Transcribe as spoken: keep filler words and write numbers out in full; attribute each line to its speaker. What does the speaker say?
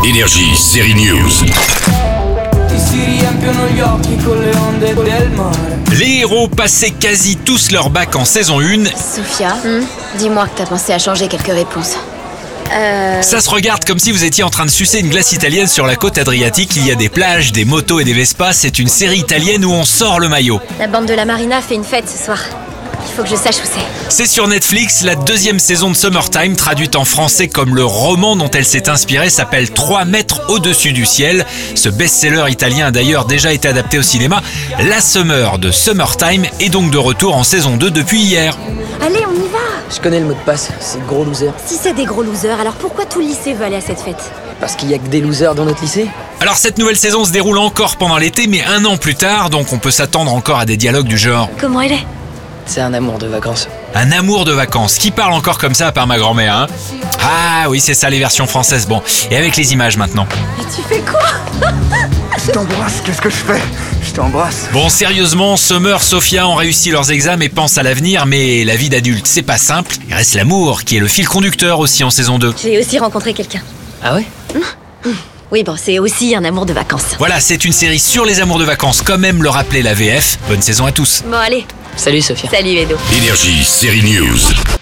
Speaker 1: Énergie, série News.
Speaker 2: Les héros passaient quasi tous leur bac en saison un.
Speaker 3: Sophia, hmm dis-moi que t'as pensé à changer quelques réponses. Euh...
Speaker 2: Ça se regarde comme si vous étiez en train de sucer une glace italienne sur la côte adriatique. Il y a des plages, des motos et des Vespas. C'est une série italienne où on sort le maillot.
Speaker 3: La bande de la Marina fait une fête ce soir. Il faut que je sache où c'est.
Speaker 2: C'est sur Netflix. La deuxième saison de Summertime, traduite en français comme le roman dont elle s'est inspirée, s'appelle trois mètres au-dessus du ciel. Ce best-seller italien a d'ailleurs déjà été adapté au cinéma. La Summer de Summertime est donc de retour en saison deux depuis hier.
Speaker 3: Allez, on y va.
Speaker 4: Je connais le mot de passe, c'est gros loser.
Speaker 3: Si c'est des gros losers, alors pourquoi tout le lycée veut aller à cette fête?
Speaker 4: Parce qu'il y a que des losers dans notre lycée.
Speaker 2: Alors cette nouvelle saison se déroule encore pendant l'été, mais un an plus tard, donc on peut s'attendre encore à des dialogues du genre.
Speaker 3: Comment elle est?
Speaker 4: C'est un amour de vacances.
Speaker 2: Un amour de vacances. Qui parle encore comme ça à part ma grand-mère, hein? Ah oui, c'est ça les versions françaises. Bon, et avec les images maintenant.
Speaker 3: Et tu fais quoi?
Speaker 5: Je t'embrasse, qu'est-ce que je fais? Je t'embrasse.
Speaker 2: Bon, sérieusement, Summer, Sophia ont réussi leurs examens et pensent à l'avenir, mais la vie d'adulte, c'est pas simple. Il reste l'amour, qui est le fil conducteur aussi en saison deux.
Speaker 3: J'ai aussi rencontré quelqu'un.
Speaker 4: Ah ouais?
Speaker 3: Oui, bon, c'est aussi un amour de vacances.
Speaker 2: Voilà, c'est une série sur les amours de vacances, quand même le rappelait la V F. Bonne saison à tous.
Speaker 3: Bon, allez.
Speaker 4: Salut Sophia.
Speaker 3: Salut, Edo.
Speaker 1: Énergie, série News.